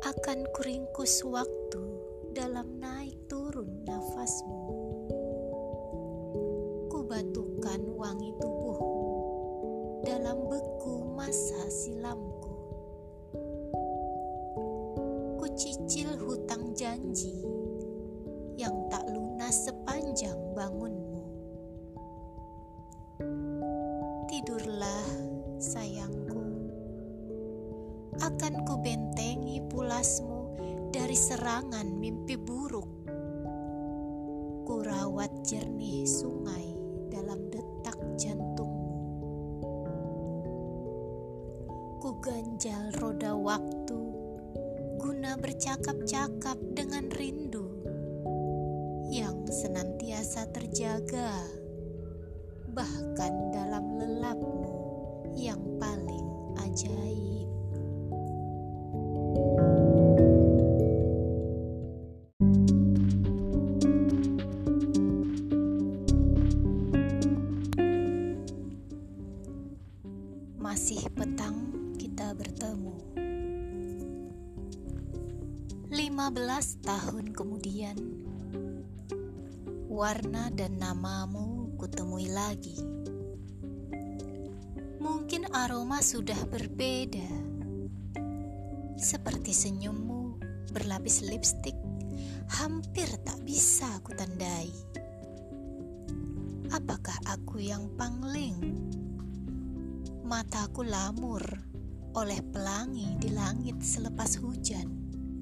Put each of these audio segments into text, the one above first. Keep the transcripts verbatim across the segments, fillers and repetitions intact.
Akan kuringkus waktu dalam naik turun nafasmu. Kubatukan wangi tubuhmu dalam beku masa silamku. Kucicil hutang janji yang tak lunas sepanjang bangunmu. Tidurlah sayangku, akan kubentengi pulasmu dari serangan mimpi buruk. Kurawat jernih sungai dalam detak jantungmu. Kuganjal roda waktu guna bercakap-cakap dengan rindu yang senantiasa terjaga, bahkan dalam lelapmu yang paling ajaib. Masih petang kita bertemu. lima belas tahun kemudian, warna dan namamu kutemui lagi. Mungkin aroma sudah berbeda, seperti senyummu berlapis lipstik, hampir tak bisa kutandai. Apakah aku yang pangling? Mataku lamur oleh pelangi di langit selepas hujan.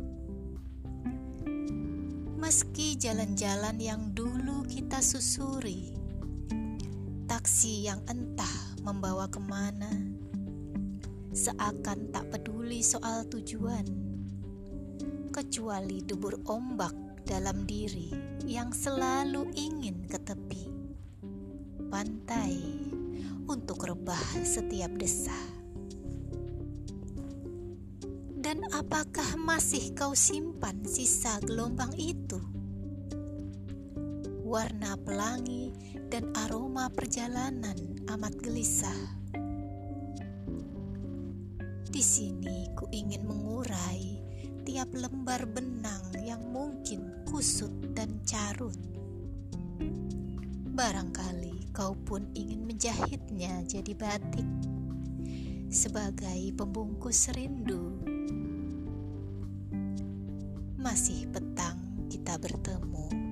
Meski jalan-jalan yang dulu kita susuri, taksi yang entah membawa kemana, seakan tak peduli soal tujuan, kecuali debur ombak dalam diri yang selalu ingin ke tepi pantai untuk rebah setiap desah. Dan apakah masih kau simpan sisa gelombang itu? Warna pelangi dan aroma perjalanan amat gelisah. Di sini ku ingin mengurai tiap lembar benang yang mungkin kusut dan carut. Barangkali kau pun ingin menjahitnya jadi batik sebagai pembungkus rindu. Masih petang kita bertemu.